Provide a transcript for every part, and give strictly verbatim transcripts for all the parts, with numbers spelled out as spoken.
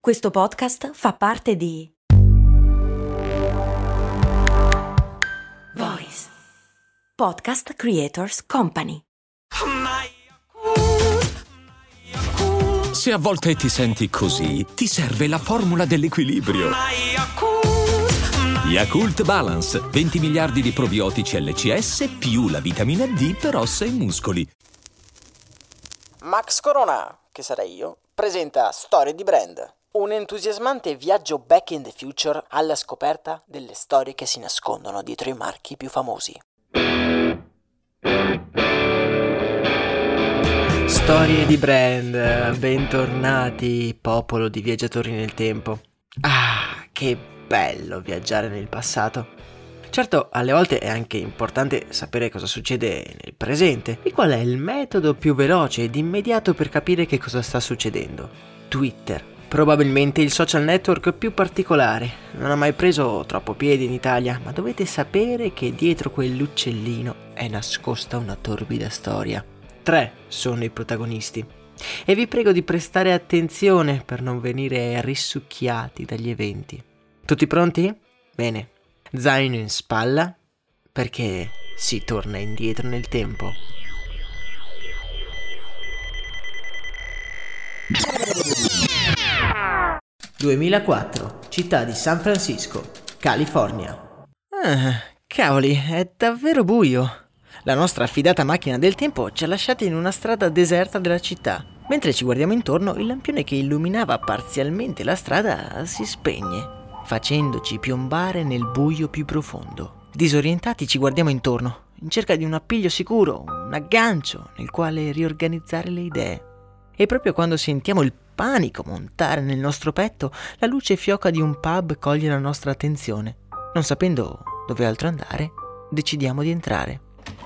Questo podcast fa parte di Voice Podcast Creators Company. Se a volte ti senti così, ti serve la formula dell'equilibrio. Yakult Balance, venti miliardi di probiotici L C S più la vitamina D per ossa e muscoli. Max Corona, che sarei io, presenta Storie di Brand, un entusiasmante viaggio back in the future alla scoperta delle storie che si nascondono dietro i marchi più famosi. Storie di brand, bentornati popolo di viaggiatori nel tempo. Ah, che bello viaggiare nel passato. Certo, alle volte è anche importante sapere cosa succede nel presente e qual è il metodo più veloce ed immediato per capire che cosa sta succedendo. Twitter, probabilmente il social network più particolare. Non ha mai preso troppo piede in Italia, ma dovete sapere che dietro quell'uccellino è nascosta una torbida storia. Tre sono i protagonisti e vi prego di prestare attenzione per non venire risucchiati dagli eventi. Tutti pronti? Bene. Zaino in spalla, perché si torna indietro nel tempo. duemilaquattro, città di San Francisco, California. Ah, cavoli, è davvero buio. La nostra affidata macchina del tempo ci ha lasciati in una strada deserta della città. Mentre ci guardiamo intorno, il lampione che illuminava parzialmente la strada si spegne, facendoci piombare nel buio più profondo. Disorientati ci guardiamo intorno, in cerca di un appiglio sicuro, un aggancio nel quale riorganizzare le idee. E proprio quando sentiamo il panico montare nel nostro petto, la luce fioca di un pub coglie la nostra attenzione. Non sapendo dove altro andare, decidiamo di entrare.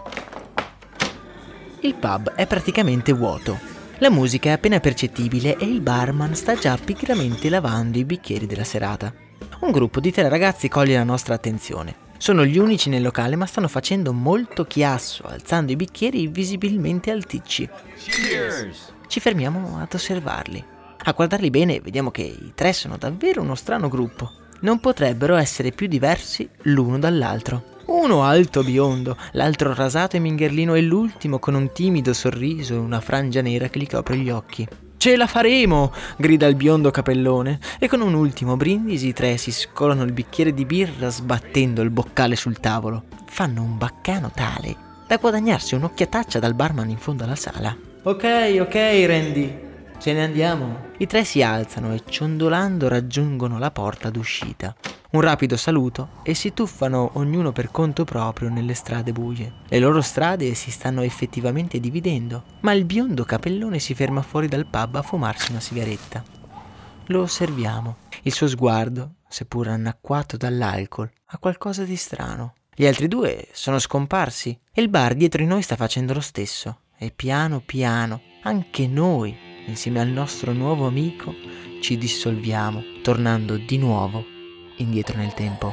Il pub è praticamente vuoto. La musica è appena percettibile e il barman sta già pigramente lavando i bicchieri della serata. Un gruppo di tre ragazzi coglie la nostra attenzione. Sono gli unici nel locale, ma stanno facendo molto chiasso, alzando i bicchieri visibilmente alticci. Cheers! Ci fermiamo ad osservarli. A guardarli bene vediamo che i tre sono davvero uno strano gruppo. Non potrebbero essere più diversi l'uno dall'altro. Uno alto biondo, l'altro rasato e mingherlino e l'ultimo con un timido sorriso e una frangia nera che gli copre gli occhi. «Ce la faremo!» grida il biondo capellone e con un ultimo brindisi i tre si scolano il bicchiere di birra sbattendo il boccale sul tavolo. Fanno un baccano tale da guadagnarsi un'occhiataccia dal barman in fondo alla sala. «Ok, ok Randy, ce ne andiamo!» I tre si alzano e ciondolando raggiungono la porta d'uscita. Un rapido saluto e si tuffano ognuno per conto proprio nelle strade buie. Le loro strade si stanno effettivamente dividendo, ma il biondo capellone si ferma fuori dal pub a fumarsi una sigaretta. Lo osserviamo. Il suo sguardo, seppur annacquato dall'alcol, ha qualcosa di strano. Gli altri due sono scomparsi e il bar dietro di noi sta facendo lo stesso. E piano piano, anche noi, insieme al nostro nuovo amico, ci dissolviamo, tornando di nuovo indietro nel tempo.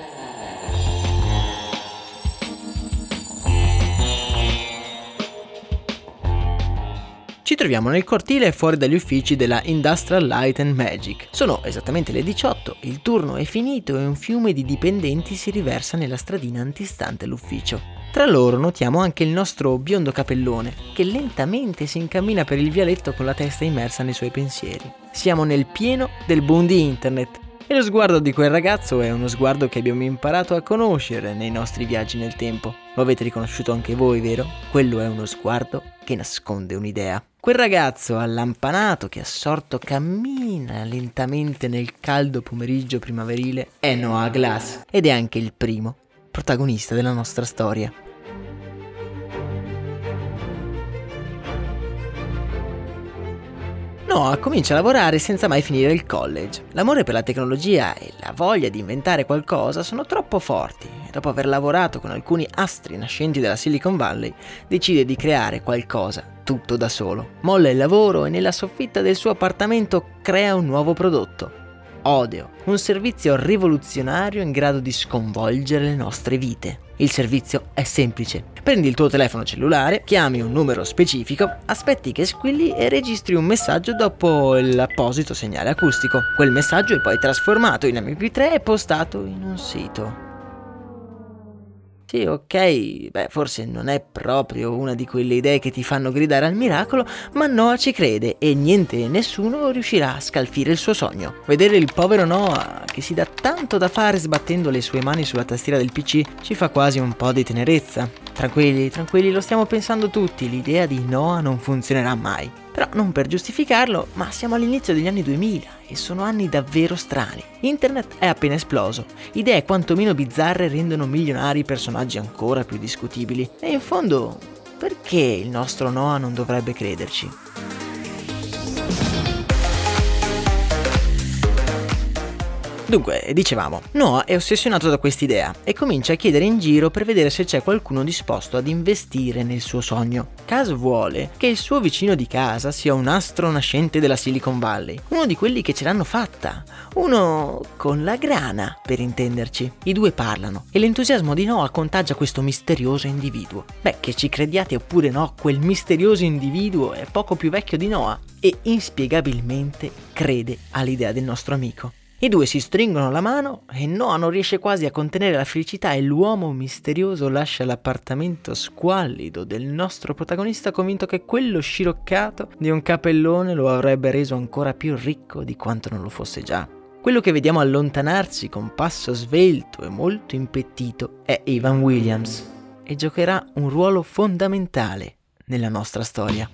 Ci troviamo nel cortile fuori dagli uffici della Industrial Light and Magic. Sono esattamente le diciotto, il turno è finito e un fiume di dipendenti si riversa nella stradina antistante l'ufficio. Tra loro notiamo anche il nostro biondo capellone, che lentamente si incammina per il vialetto con la testa immersa nei suoi pensieri. Siamo nel pieno del boom di internet. E lo sguardo di quel ragazzo è uno sguardo che abbiamo imparato a conoscere nei nostri viaggi nel tempo. Lo avete riconosciuto anche voi, vero? Quello è uno sguardo che nasconde un'idea. Quel ragazzo allampanato che assorto cammina lentamente nel caldo pomeriggio primaverile è Noah Glass ed è anche il primo protagonista della nostra storia. Noah comincia a lavorare senza mai finire il college. L'amore per la tecnologia e la voglia di inventare qualcosa sono troppo forti e dopo aver lavorato con alcuni astri nascenti della Silicon Valley decide di creare qualcosa tutto da solo. Molla il lavoro e nella soffitta del suo appartamento crea un nuovo prodotto. Odeo, un servizio rivoluzionario in grado di sconvolgere le nostre vite. Il servizio è semplice. Prendi il tuo telefono cellulare, chiami un numero specifico, aspetti che squilli e registri un messaggio dopo l'apposito segnale acustico. Quel messaggio è poi trasformato in emme pi tre e postato in un sito. Sì, ok, beh, forse non è proprio una di quelle idee che ti fanno gridare al miracolo, ma Noah ci crede e niente e nessuno riuscirà a scalfire il suo sogno. Vedere il povero Noah che si dà tanto da fare sbattendo le sue mani sulla tastiera del pi ci ci fa quasi un po' di tenerezza. Tranquilli, tranquilli, lo stiamo pensando tutti, l'idea di Noah non funzionerà mai. Però non per giustificarlo, ma siamo all'inizio degli anni duemila e sono anni davvero strani. Internet è appena esploso, idee quantomeno bizzarre rendono milionari personaggi ancora più discutibili. E in fondo, perché il nostro Noah non dovrebbe crederci? Dunque, dicevamo, Noah è ossessionato da quest'idea e comincia a chiedere in giro per vedere se c'è qualcuno disposto ad investire nel suo sogno. Caso vuole che il suo vicino di casa sia un astro nascente della Silicon Valley, uno di quelli che ce l'hanno fatta, uno con la grana, per intenderci. I due parlano e l'entusiasmo di Noah contagia questo misterioso individuo. Beh, che ci crediate oppure no, quel misterioso individuo è poco più vecchio di Noah e inspiegabilmente crede all'idea del nostro amico. I due si stringono la mano e Noah non riesce quasi a contenere la felicità e l'uomo misterioso lascia l'appartamento squallido del nostro protagonista convinto che quello sciroccato di un capellone lo avrebbe reso ancora più ricco di quanto non lo fosse già. Quello che vediamo allontanarsi con passo svelto e molto impettito è Evan Williams e giocherà un ruolo fondamentale nella nostra storia.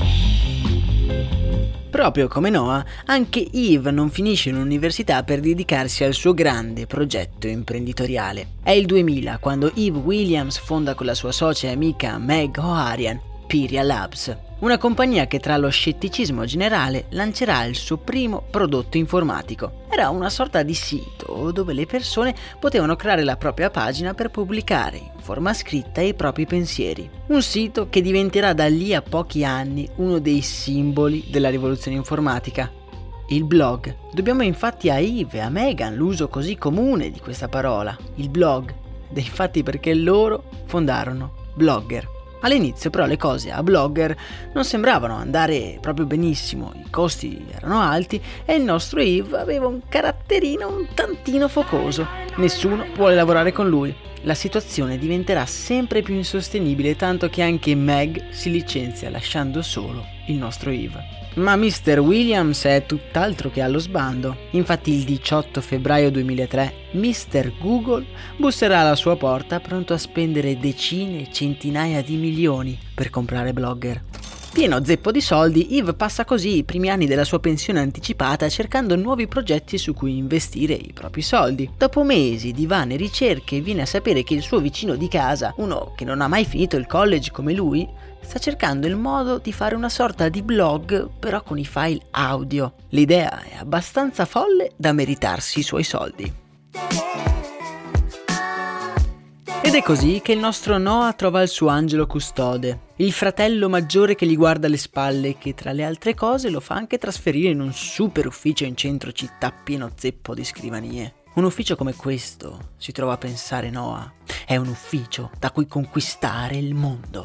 Proprio come Noah, anche Eve non finisce l'università per dedicarsi al suo grande progetto imprenditoriale. È il duemila quando Eve Williams fonda con la sua socia e amica Meg O'Harian Pyria Labs, una compagnia che tra lo scetticismo generale lancerà il suo primo prodotto informatico. Era una sorta di sito dove le persone potevano creare la propria pagina per pubblicare in forma scritta i propri pensieri. Un sito che diventerà da lì a pochi anni uno dei simboli della rivoluzione informatica. Il blog. Dobbiamo infatti a Eve e a Megan l'uso così comune di questa parola, il blog, ed è infatti perché loro fondarono Blogger. All'inizio però le cose a Blogger non sembravano andare proprio benissimo, i costi erano alti e il nostro Eve aveva un caratterino un tantino focoso. Nessuno vuole lavorare con lui. La situazione diventerà sempre più insostenibile, tanto che anche Meg si licenzia lasciando solo il nostro Eve. Ma mister Williams è tutt'altro che allo sbando. Infatti il diciotto febbraio duemilatré mister Google busserà alla sua porta pronto a spendere decine e centinaia di milioni per comprare Blogger. Pieno zeppo di soldi, Eve passa così i primi anni della sua pensione anticipata cercando nuovi progetti su cui investire i propri soldi. Dopo mesi di vane ricerche viene a sapere che il suo vicino di casa, uno che non ha mai finito il college come lui, sta cercando il modo di fare una sorta di blog però con i file audio. L'idea è abbastanza folle da meritarsi i suoi soldi. Ed è così che il nostro Noah trova il suo angelo custode, il fratello maggiore che gli guarda alle spalle e che tra le altre cose lo fa anche trasferire in un super ufficio in centro città pieno zeppo di scrivanie. Un ufficio come questo, si trova a pensare Noah, è un ufficio da cui conquistare il mondo.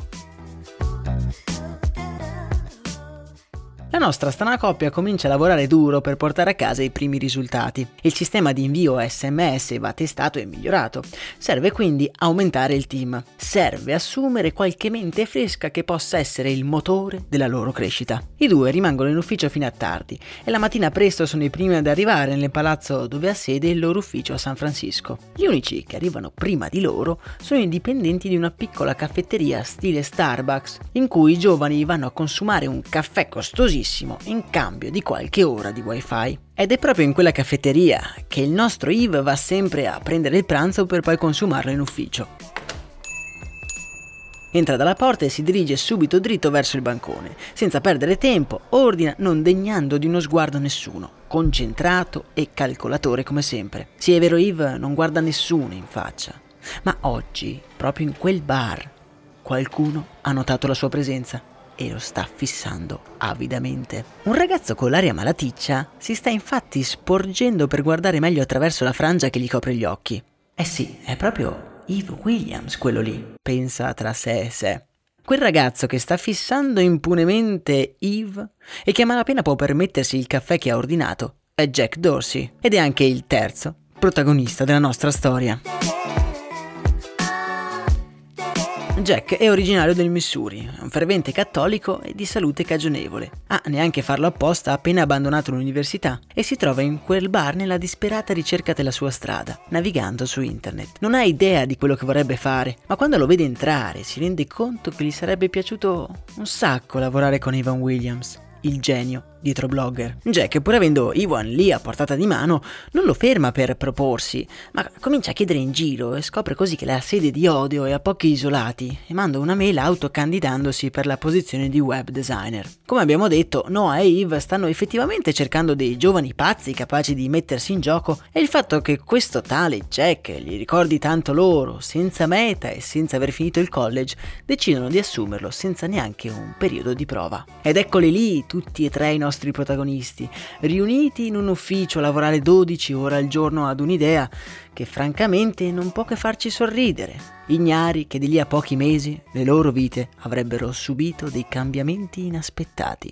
La nostra strana coppia comincia a lavorare duro per portare a casa i primi risultati. Il sistema di invio esse emme esse va testato e migliorato. Serve quindi aumentare il team. Serve assumere qualche mente fresca che possa essere il motore della loro crescita. I due rimangono in ufficio fino a tardi e la mattina presto sono i primi ad arrivare nel palazzo dove ha sede il loro ufficio a San Francisco. Gli unici che arrivano prima di loro sono i dipendenti di una piccola caffetteria stile Starbucks in cui i giovani vanno a consumare un caffè costosissimo in cambio di qualche ora di wifi. Ed è proprio in quella caffetteria che il nostro Eve va sempre a prendere il pranzo per poi consumarlo in ufficio. Entra dalla porta e si dirige subito dritto verso il bancone. Senza perdere tempo, ordina non degnando di uno sguardo nessuno, concentrato e calcolatore come sempre. Sì, è vero, Eve non guarda nessuno in faccia, ma oggi, proprio in quel bar, qualcuno ha notato la sua presenza. e lo sta fissando avidamente. Un ragazzo con l'aria malaticcia si sta infatti sporgendo per guardare meglio attraverso la frangia che gli copre gli occhi. Eh sì, è proprio Eve Williams quello lì, pensa tra sé e sé. Quel ragazzo che sta fissando impunemente Eve e che a malapena può permettersi il caffè che ha ordinato è Jack Dorsey ed è anche il terzo protagonista della nostra storia. Jack è originario del Missouri, un fervente cattolico e di salute cagionevole. Ah, neanche farlo apposta, ha appena abbandonato l'università e si trova in quel bar nella disperata ricerca della sua strada, navigando su internet. Non ha idea di quello che vorrebbe fare, ma quando lo vede entrare si rende conto che gli sarebbe piaciuto un sacco lavorare con Evan Williams, il genio dietro Blogger. Jack, pur avendo Evan lì a portata di mano, non lo ferma per proporsi, ma comincia a chiedere in giro e scopre così che la sede di Odio è a pochi isolati e manda una mail autocandidandosi per la posizione di web designer. Come abbiamo detto, Noah e Eve stanno effettivamente cercando dei giovani pazzi capaci di mettersi in gioco e il fatto che questo tale Jack gli ricordi tanto loro, senza meta e senza aver finito il college, decidono di assumerlo senza neanche un periodo di prova. Ed eccoli lì, tutti e tre i nostri protagonisti, riuniti in un ufficio a lavorare dodici ore al giorno ad un'idea che francamente non può che farci sorridere, ignari che di lì a pochi mesi le loro vite avrebbero subito dei cambiamenti inaspettati.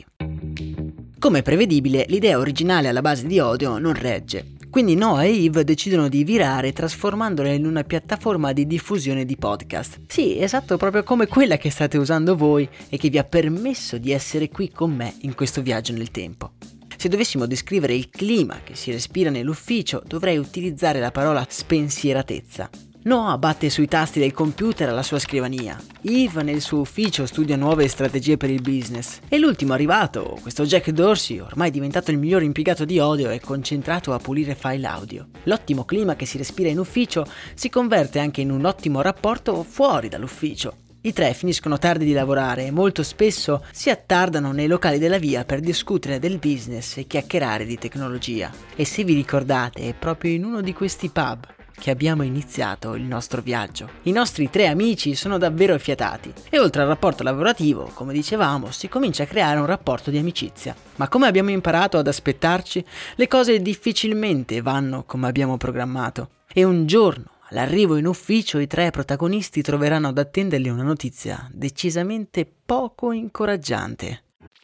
Come prevedibile, l'idea originale alla base di Odio non regge. Quindi Noah e Eve decidono di virare trasformandola in una piattaforma di diffusione di podcast. Sì, esatto, proprio come quella che state usando voi e che vi ha permesso di essere qui con me in questo viaggio nel tempo. Se dovessimo descrivere il clima che si respira nell'ufficio, dovrei utilizzare la parola spensieratezza. Noah batte sui tasti del computer alla sua scrivania, Eve nel suo ufficio studia nuove strategie per il business e l'ultimo arrivato, questo Jack Dorsey, ormai diventato il miglior impiegato di Odio, è concentrato a pulire file audio. L'ottimo clima che si respira in ufficio si converte anche in un ottimo rapporto fuori dall'ufficio. I tre finiscono tardi di lavorare e molto spesso si attardano nei locali della via per discutere del business e chiacchierare di tecnologia. E se vi ricordate, è proprio in uno di questi pub che abbiamo iniziato il nostro viaggio. I nostri tre amici sono davvero affiatati e oltre al rapporto lavorativo, come dicevamo, si comincia a creare un rapporto di amicizia. Ma come abbiamo imparato ad aspettarci, le cose difficilmente vanno come abbiamo programmato. E un giorno, all'arrivo in ufficio, i tre protagonisti troveranno ad attenderli una notizia decisamente poco incoraggiante.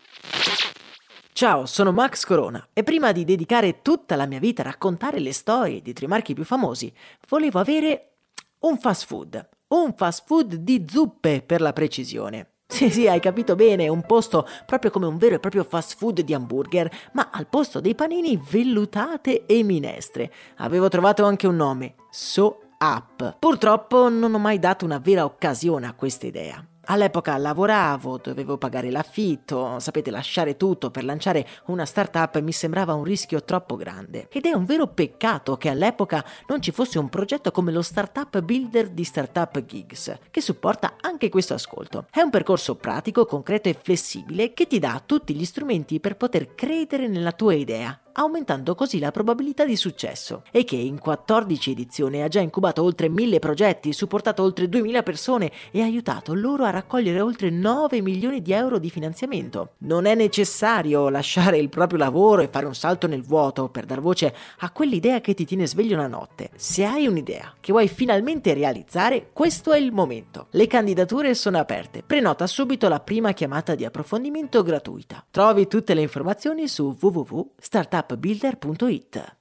Ciao, sono Max Corona e prima di dedicare tutta la mia vita a raccontare le storie di tre marchi più famosi, volevo avere un fast food. Un fast food di zuppe, per la precisione. Sì, sì, hai capito bene, un posto proprio come un vero e proprio fast food di hamburger, ma al posto dei panini vellutate e minestre. Avevo trovato anche un nome, So Up. Purtroppo non ho mai dato una vera occasione a questa idea. All'epoca lavoravo, dovevo pagare l'affitto, sapete, lasciare tutto per lanciare una startup mi sembrava un rischio troppo grande. Ed è un vero peccato che all'epoca non ci fosse un progetto come lo Startup Builder di Startup Gigs, che supporta anche questo ascolto. È un percorso pratico, concreto e flessibile che ti dà tutti gli strumenti per poter credere nella tua idea, aumentando così la probabilità di successo, e che in quattordici edizioni ha già incubato oltre mille progetti, supportato oltre duemila persone e aiutato loro a raccogliere oltre nove milioni di euro di finanziamento. Non è necessario lasciare il proprio lavoro e fare un salto nel vuoto per dar voce a quell'idea che ti tiene sveglio la notte. Se hai un'idea che vuoi finalmente realizzare, questo è il momento. Le candidature sono aperte. Prenota subito la prima chiamata di approfondimento gratuita. Trovi tutte le informazioni su w w w punto startup builder punto it.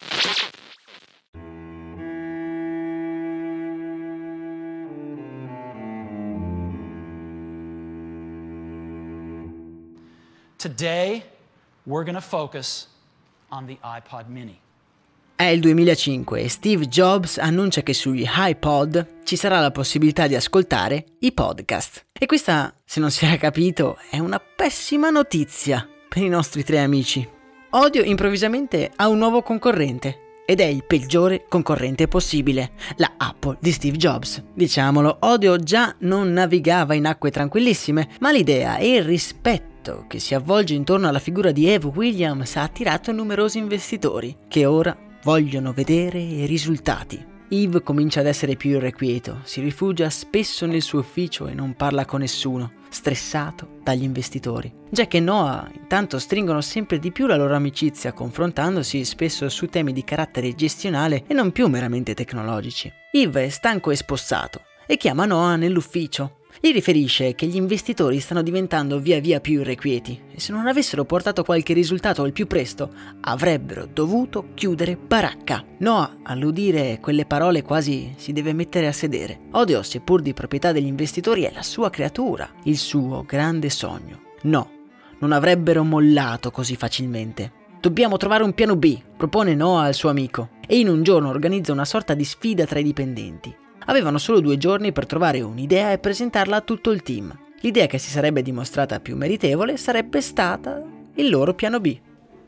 Today, we're going to focus on the iPod mini. È il duemilacinque e Steve Jobs annuncia che sugli iPod ci sarà la possibilità di ascoltare i podcast. E questa, se non si era capito, è una pessima notizia per i nostri tre amici. Odio improvvisamente ha un nuovo concorrente. Ed è il peggiore concorrente possibile, la Apple di Steve Jobs. Diciamolo, Odio già non navigava in acque tranquillissime, ma l'idea e il rispetto che si avvolge intorno alla figura di Eve Williams ha attirato numerosi investitori, che ora vogliono vedere i risultati. Eve comincia ad essere più irrequieto, si rifugia spesso nel suo ufficio e non parla con nessuno, stressato dagli investitori. Jack e Noah intanto stringono sempre di più la loro amicizia, confrontandosi spesso su temi di carattere gestionale e non più meramente tecnologici. Eve è stanco e spossato e chiama Noah nell'ufficio. Gli riferisce che gli investitori stanno diventando via via più irrequieti e se non avessero portato qualche risultato al più presto avrebbero dovuto chiudere baracca. Noah, all'udire quelle parole, quasi si deve mettere a sedere. Odio, seppur di proprietà degli investitori, è la sua creatura, il suo grande sogno. No, non avrebbero mollato così facilmente. Dobbiamo trovare un piano B, propone Noah al suo amico, e in un giorno organizza una sorta di sfida tra i dipendenti. Avevano solo due giorni per trovare un'idea e presentarla a tutto il team. L'idea che si sarebbe dimostrata più meritevole sarebbe stata il loro piano B.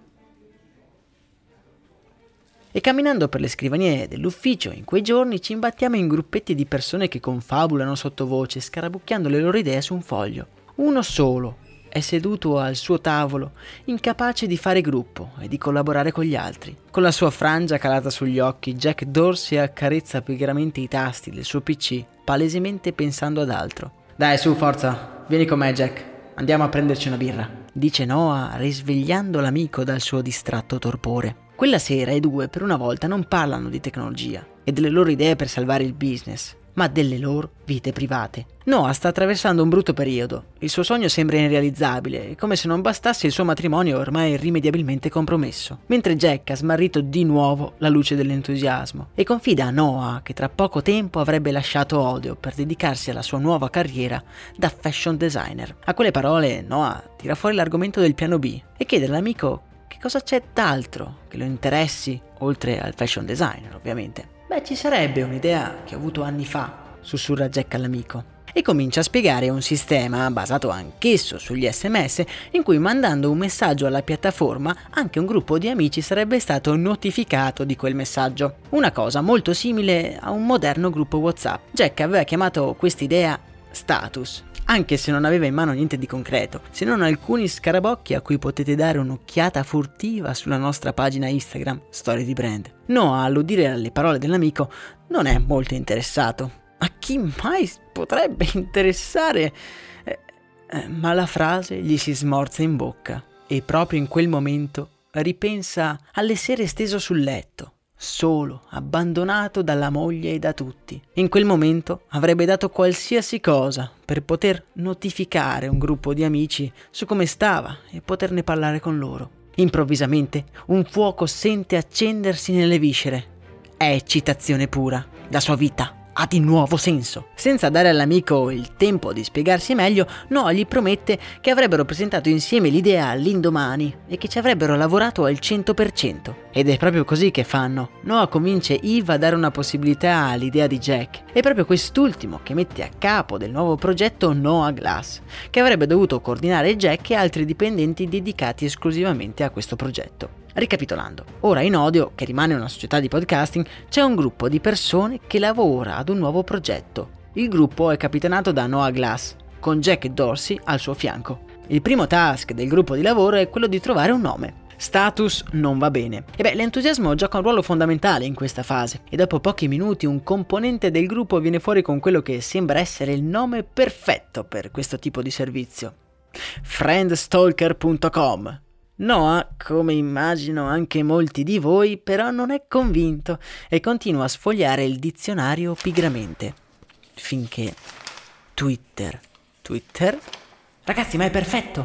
E camminando per le scrivanie dell'ufficio in quei giorni ci imbattiamo in gruppetti di persone che confabulano sottovoce, scarabocchiando le loro idee su un foglio. Uno solo è seduto al suo tavolo, incapace di fare gruppo e di collaborare con gli altri. Con la sua frangia calata sugli occhi, Jack Dorsey accarezza pigramente i tasti del suo P C, palesemente pensando ad altro. Dai, su, forza, vieni con me, Jack. Andiamo a prenderci una birra, dice Noah, risvegliando l'amico dal suo distratto torpore. Quella sera i due per una volta non parlano di tecnologia e delle loro idee per salvare il business, ma delle loro vite private. Noah sta attraversando un brutto periodo. Il suo sogno sembra irrealizzabile e come se non bastasse il suo matrimonio è ormai irrimediabilmente compromesso. Mentre Jack ha smarrito di nuovo la luce dell'entusiasmo e confida a Noah che tra poco tempo avrebbe lasciato Odeo per dedicarsi alla sua nuova carriera da fashion designer. A quelle parole Noah tira fuori l'argomento del piano B e chiede all'amico che cosa c'è d'altro che lo interessi, oltre al fashion designer ovviamente. Beh, ci sarebbe un'idea che ho avuto anni fa, sussurra Jack all'amico, e comincia a spiegare un sistema basato anch'esso sugli sms in cui mandando un messaggio alla piattaforma anche un gruppo di amici sarebbe stato notificato di quel messaggio. Una cosa molto simile a un moderno gruppo WhatsApp. Jack aveva chiamato quest'idea status, anche se non aveva in mano niente di concreto, se non alcuni scarabocchi a cui potete dare un'occhiata furtiva sulla nostra pagina Instagram, Storie di Brand. Noah, all'udire alle parole dell'amico, non è molto interessato. A chi mai potrebbe interessare? Eh, eh, ma la frase gli si smorza in bocca e proprio in quel momento ripensa alle sere steso sul letto, solo, abbandonato dalla moglie e da tutti. In quel momento avrebbe dato qualsiasi cosa per poter notificare un gruppo di amici su come stava e poterne parlare con loro. Improvvisamente un fuoco sente accendersi nelle viscere. È eccitazione pura. La sua vita ha di nuovo senso. Senza dare all'amico il tempo di spiegarsi meglio, Noah gli promette che avrebbero presentato insieme l'idea all'indomani e che ci avrebbero lavorato al cento per cento. Ed è proprio così che fanno. Noah convince Eve a dare una possibilità all'idea di Jack. È proprio quest'ultimo che mette a capo del nuovo progetto Noah Glass, che avrebbe dovuto coordinare Jack e altri dipendenti dedicati esclusivamente a questo progetto. Ricapitolando, ora in Odeo, che rimane una società di podcasting, c'è un gruppo di persone che lavora ad un nuovo progetto. Il gruppo è capitanato da Noah Glass, con Jack Dorsey al suo fianco. Il primo task del gruppo di lavoro è quello di trovare un nome. Status non va bene. E beh, l'entusiasmo gioca un ruolo fondamentale in questa fase, e dopo pochi minuti un componente del gruppo viene fuori con quello che sembra essere il nome perfetto per questo tipo di servizio. friendstalker punto com. Noah, come immagino anche molti di voi, però non è convinto e continua a sfogliare il dizionario pigramente. Finché Twitter. Twitter? Ragazzi, ma è perfetto!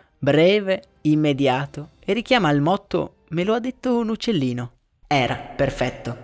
Breve, immediato e richiama il motto "me lo ha detto un uccellino". Era perfetto.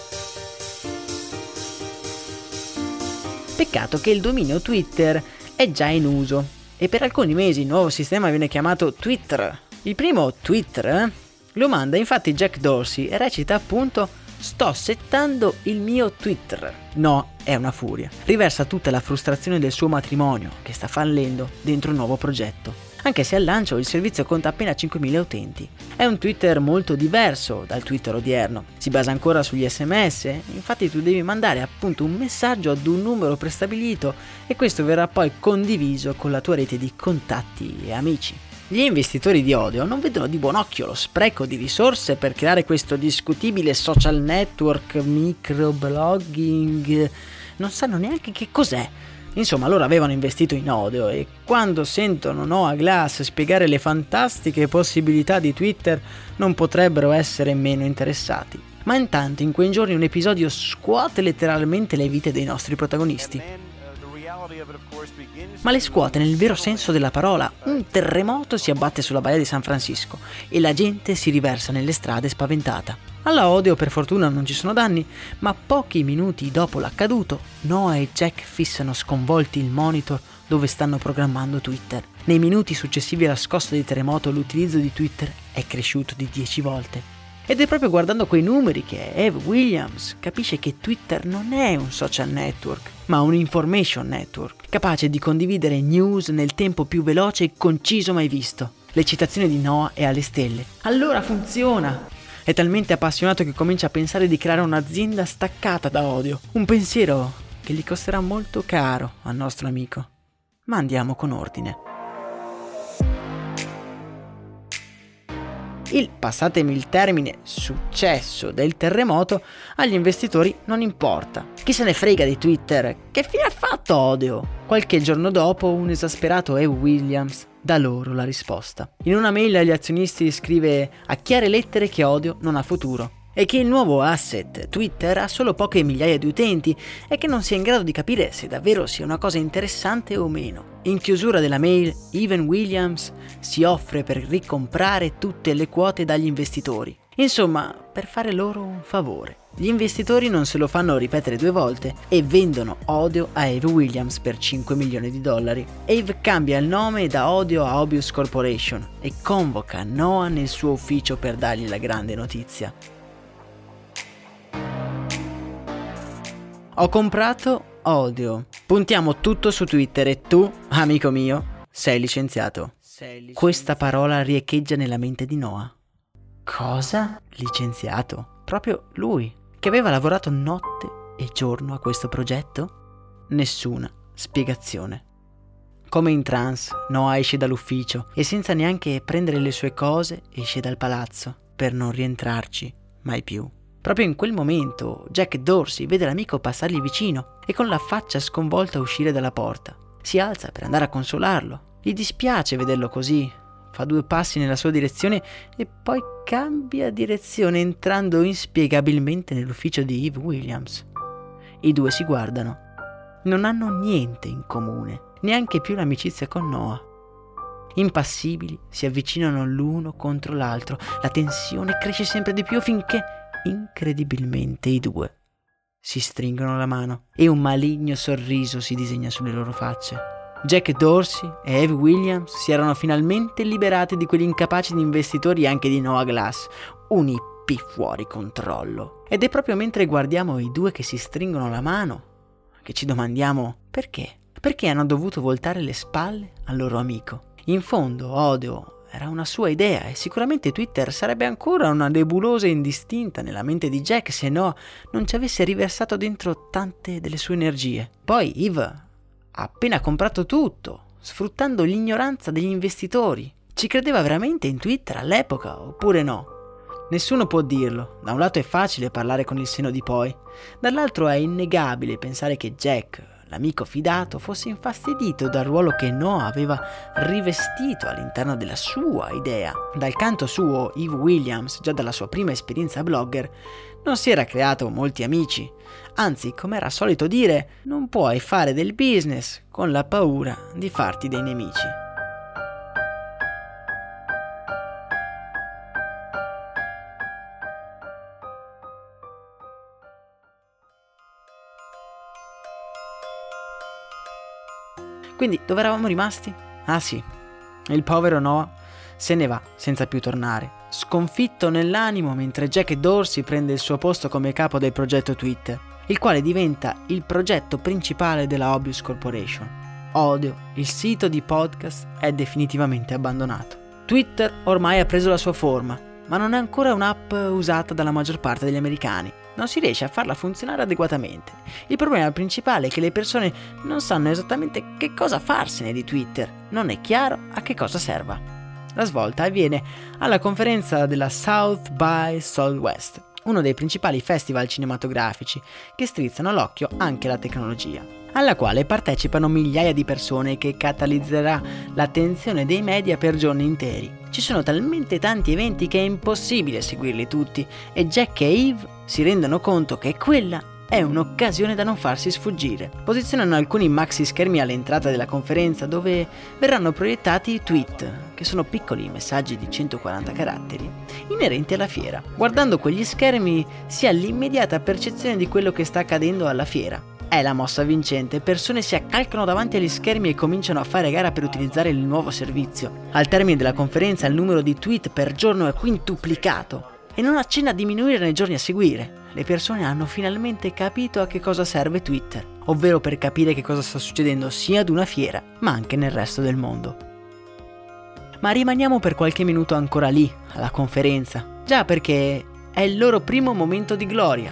Peccato che il dominio Twitter è già in uso e per alcuni mesi il nuovo sistema viene chiamato Twitter. Il primo Twitter eh, lo manda infatti Jack Dorsey e recita appunto "sto settando il mio Twitter". No, è una furia. Riversa tutta la frustrazione del suo matrimonio, che sta fallendo, dentro un nuovo progetto. Anche se al lancio il servizio conta appena cinquemila utenti. È un Twitter molto diverso dal Twitter odierno. Si basa ancora sugli sms, infatti tu devi mandare appunto un messaggio ad un numero prestabilito e questo verrà poi condiviso con la tua rete di contatti e amici. Gli investitori di Odeo non vedono di buon occhio lo spreco di risorse per creare questo discutibile social network, microblogging, non sanno neanche che cos'è. Insomma, loro avevano investito in Odeo e quando sentono Noah Glass spiegare le fantastiche possibilità di Twitter non potrebbero essere meno interessati. Ma intanto in quei giorni un episodio scuote letteralmente le vite dei nostri protagonisti. Ma le scuote nel vero senso della parola. Un terremoto si abbatte sulla baia di San Francisco e la gente si riversa nelle strade spaventata. Alla Odeo per fortuna non ci sono danni, ma pochi minuti dopo l'accaduto, Noah e Jack fissano sconvolti il monitor dove stanno programmando Twitter. Nei minuti successivi alla scossa di terremoto l'utilizzo di Twitter è cresciuto di dieci volte. Ed è proprio guardando quei numeri che Eve Williams capisce che Twitter non è un social network, ma un information network, capace di condividere news nel tempo più veloce e conciso mai visto. L'eccitazione di Noah è alle stelle. Allora funziona! È talmente appassionato che comincia a pensare di creare un'azienda staccata da Odeo. Un pensiero che gli costerà molto caro al nostro amico. Ma andiamo con ordine. Il, passatemi il termine, successo del terremoto agli investitori non importa. Chi se ne frega di Twitter? Che fine ha fatto Odeo? Qualche giorno dopo un esasperato Eve Williams dà loro la risposta. In una mail agli azionisti scrive a chiare lettere che Odeo non ha futuro e che il nuovo asset Twitter ha solo poche migliaia di utenti e che non sia in grado di capire se davvero sia una cosa interessante o meno. In chiusura della mail, Eve Williams si offre per ricomprare tutte le quote dagli investitori. Insomma, per fare loro un favore. Gli investitori non se lo fanno ripetere due volte e vendono Odeo a Eve Williams per cinque milioni di dollari. Eve cambia il nome da Odeo a Obius Corporation e convoca Noah nel suo ufficio per dargli la grande notizia. Ho comprato Odeo. Puntiamo tutto su Twitter e tu, amico mio, sei licenziato. Sei licenziato. Questa parola riecheggia nella mente di Noah. Cosa? Licenziato? Proprio lui, che aveva lavorato notte e giorno a questo progetto? Nessuna spiegazione. Come in trance, Noah esce dall'ufficio e senza neanche prendere le sue cose esce dal palazzo per non rientrarci mai più. Proprio in quel momento Jack Dorsey vede l'amico passargli vicino e con la faccia sconvolta uscire dalla porta. Si alza per andare a consolarlo. Gli dispiace vederlo così. Fa due passi nella sua direzione e poi cambia direzione entrando inspiegabilmente nell'ufficio di Eve Williams. I due si guardano. Non hanno niente in comune, neanche più l'amicizia con Noah. Impassibili si avvicinano l'uno contro l'altro. La tensione cresce sempre di più finché incredibilmente i due si stringono la mano e un maligno sorriso si disegna sulle loro facce. Jack Dorsey e Eve Williams si erano finalmente liberati di quegli incapaci di investitori e anche di Noah Glass, un hippie fuori controllo. Ed è proprio mentre guardiamo i due che si stringono la mano che ci domandiamo perché? Perché hanno dovuto voltare le spalle al loro amico. In fondo Odeo era una sua idea e sicuramente Twitter sarebbe ancora una nebulosa indistinta nella mente di Jack se Noah non ci avesse riversato dentro tante delle sue energie. Poi Eve ha appena comprato tutto, sfruttando l'ignoranza degli investitori. Ci credeva veramente in Twitter all'epoca oppure no? Nessuno può dirlo. Da un lato è facile parlare con il senno di poi, dall'altro è innegabile pensare che Jack, l'amico fidato, fosse infastidito dal ruolo che Noah aveva rivestito all'interno della sua idea. Dal canto suo, Eve Williams, già dalla sua prima esperienza blogger, non si era creato molti amici. Anzi, come era solito dire, non puoi fare del business con la paura di farti dei nemici. Quindi dove eravamo rimasti? Ah sì, il povero Noah se ne va senza più tornare, sconfitto nell'animo mentre Jack Dorsey prende il suo posto come capo del progetto Twitter, il quale diventa il progetto principale della Obius Corporation. Odeo, il sito di podcast, è definitivamente abbandonato. Twitter ormai ha preso la sua forma, ma non è ancora un'app usata dalla maggior parte degli americani. Non si riesce a farla funzionare adeguatamente. Il problema principale è che le persone non sanno esattamente che cosa farsene di Twitter. Non è chiaro a che cosa serva. La svolta avviene alla conferenza della South by Southwest, uno dei principali festival cinematografici che strizzano l'occhio anche alla tecnologia, alla quale partecipano migliaia di persone che catalizzerà l'attenzione dei media per giorni interi. Ci sono talmente tanti eventi che è impossibile seguirli tutti e Jack e Eve si rendono conto che quella è un'occasione da non farsi sfuggire. Posizionano alcuni maxi schermi all'entrata della conferenza dove verranno proiettati i tweet, che sono piccoli messaggi di centoquaranta caratteri, inerenti alla fiera. Guardando quegli schermi si ha l'immediata percezione di quello che sta accadendo alla fiera. È la mossa vincente, persone si accalcano davanti agli schermi e cominciano a fare gara per utilizzare il nuovo servizio. Al termine della conferenza il numero di tweet per giorno è quintuplicato e non accenna a diminuire nei giorni a seguire. Le persone hanno finalmente capito a che cosa serve Twitter, ovvero per capire che cosa sta succedendo sia ad una fiera, ma anche nel resto del mondo. Ma rimaniamo per qualche minuto ancora lì, alla conferenza, già perché è il loro primo momento di gloria.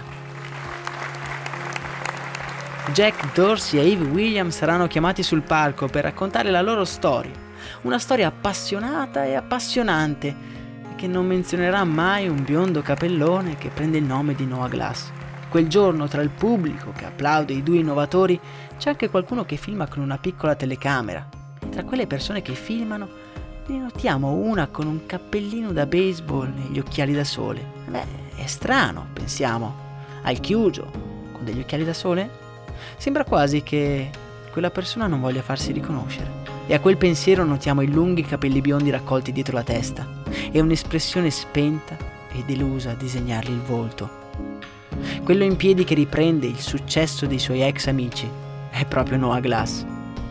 Jack Dorsey e Eve Williams saranno chiamati sul palco per raccontare la loro storia, una storia appassionata e appassionante, che non menzionerà mai un biondo capellone che prende il nome di Noah Glass. Quel giorno, tra il pubblico che applaude i due innovatori, c'è anche qualcuno che filma con una piccola telecamera. E tra quelle persone che filmano, ne notiamo una con un cappellino da baseball e gli occhiali da sole. Beh, è strano, pensiamo. Al chiuso, con degli occhiali da sole? Sembra quasi che quella persona non voglia farsi riconoscere. E a quel pensiero notiamo i lunghi capelli biondi raccolti dietro la testa e un'espressione spenta e delusa a disegnargli il volto. Quello in piedi che riprende il successo dei suoi ex amici è proprio Noah Glass.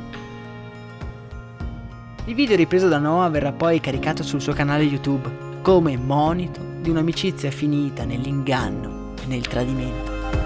Il video ripreso da Noah verrà poi caricato sul suo canale YouTube come monito di un'amicizia finita nell'inganno e nel tradimento.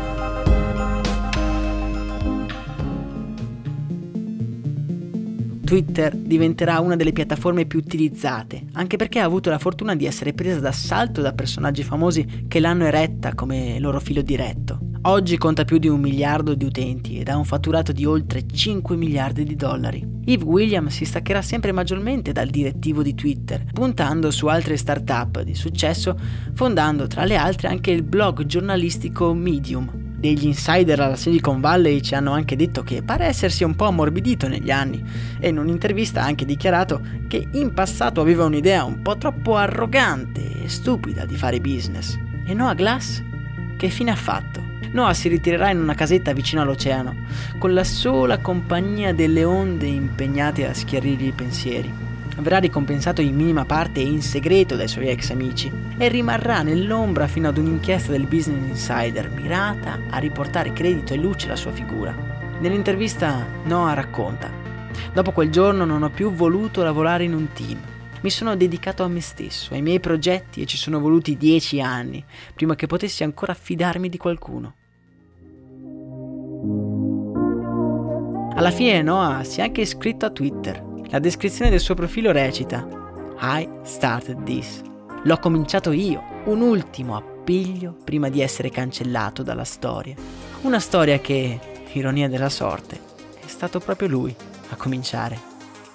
Twitter diventerà una delle piattaforme più utilizzate, anche perché ha avuto la fortuna di essere presa d'assalto da personaggi famosi che l'hanno eretta come loro filo diretto. Oggi conta più di un miliardo di utenti ed ha un fatturato di oltre cinque miliardi di dollari. Eve Williams si staccherà sempre maggiormente dal direttivo di Twitter, puntando su altre start-up di successo, fondando tra le altre anche il blog giornalistico Medium. Degli insider alla Silicon Valley ci hanno anche detto che pare essersi un po' ammorbidito negli anni e in un'intervista ha anche dichiarato che in passato aveva un'idea un po' troppo arrogante e stupida di fare business. E Noah Glass? Che fine ha fatto? Noah si ritirerà in una casetta vicino all'oceano, con la sola compagnia delle onde impegnate a schiarirgli i pensieri. Verrà ricompensato in minima parte e in segreto dai suoi ex amici e rimarrà nell'ombra fino ad un'inchiesta del Business Insider mirata a riportare credito e luce alla sua figura. Nell'intervista Noah racconta: dopo quel giorno non ho più voluto lavorare in un team. Mi sono dedicato a me stesso, ai miei progetti e ci sono voluti dieci anni prima che potessi ancora fidarmi di qualcuno. Alla fine Noah si è anche iscritto a Twitter. La descrizione del suo profilo recita: I started this. L'ho cominciato io, un ultimo appiglio prima di essere cancellato dalla storia. Una storia che, ironia della sorte, è stato proprio lui a cominciare.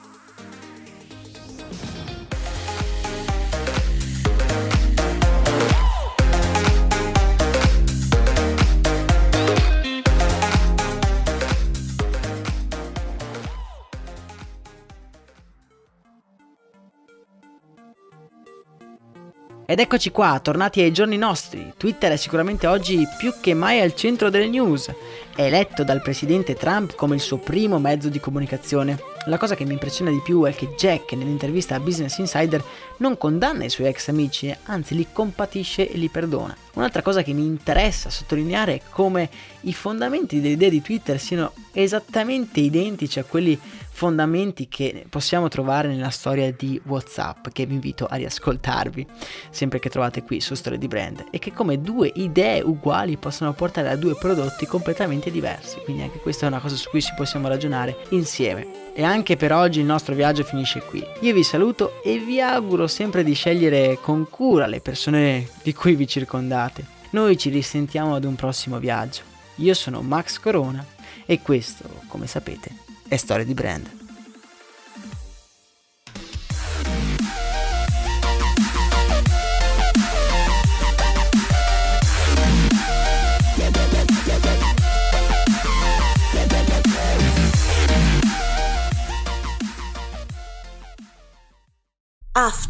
Ed eccoci qua, tornati ai giorni nostri. Twitter è sicuramente oggi più che mai al centro delle news. È eletto dal presidente Trump come il suo primo mezzo di comunicazione. La cosa che mi impressiona di più è che Jack, nell'intervista a Business Insider, non condanna i suoi ex amici, anzi li compatisce e li perdona. Un'altra cosa che mi interessa sottolineare è come i fondamenti delle idee di Twitter siano esattamente identici a quelli fondamenti che possiamo trovare nella storia di WhatsApp, che vi invito a riascoltarvi sempre che trovate qui su Storie di Brand, e che come due idee uguali possono portare a due prodotti completamente diversi. Quindi anche questa è una cosa su cui ci possiamo ragionare insieme. E anche per oggi il nostro viaggio finisce qui. Io vi saluto e vi auguro sempre di scegliere con cura le persone di cui vi circondate. Noi ci risentiamo ad un prossimo viaggio. Io sono Max Corona e questo, come sapete, è Storie di Brand.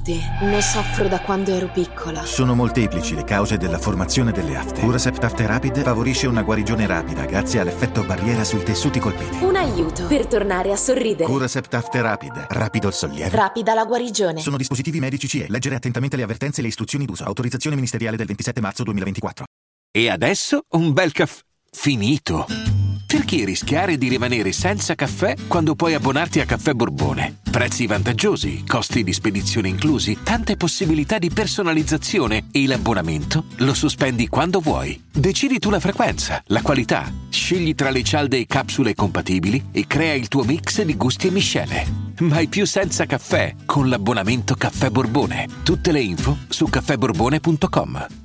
afte. Ne soffro da quando ero piccola. Sono molteplici le cause della formazione delle afte. Curacept Afte Rapid favorisce una guarigione rapida grazie all'effetto barriera sui tessuti colpiti. Un aiuto per tornare a sorridere. Curacept Afte Rapid. Rapido il sollievo. Rapida la guarigione. Sono dispositivi medici C E. Leggere attentamente le avvertenze e le istruzioni d'uso. Autorizzazione ministeriale del ventisette marzo duemilaventiquattro. E adesso un bel caffè finito. Perché rischiare di rimanere senza caffè quando puoi abbonarti a Caffè Borbone? Prezzi vantaggiosi, costi di spedizione inclusi, tante possibilità di personalizzazione e l'abbonamento lo sospendi quando vuoi. Decidi tu la frequenza, la qualità, scegli tra le cialde e capsule compatibili e crea il tuo mix di gusti e miscele. Mai più senza caffè con l'abbonamento Caffè Borbone. Tutte le info su caffè borbone punto com.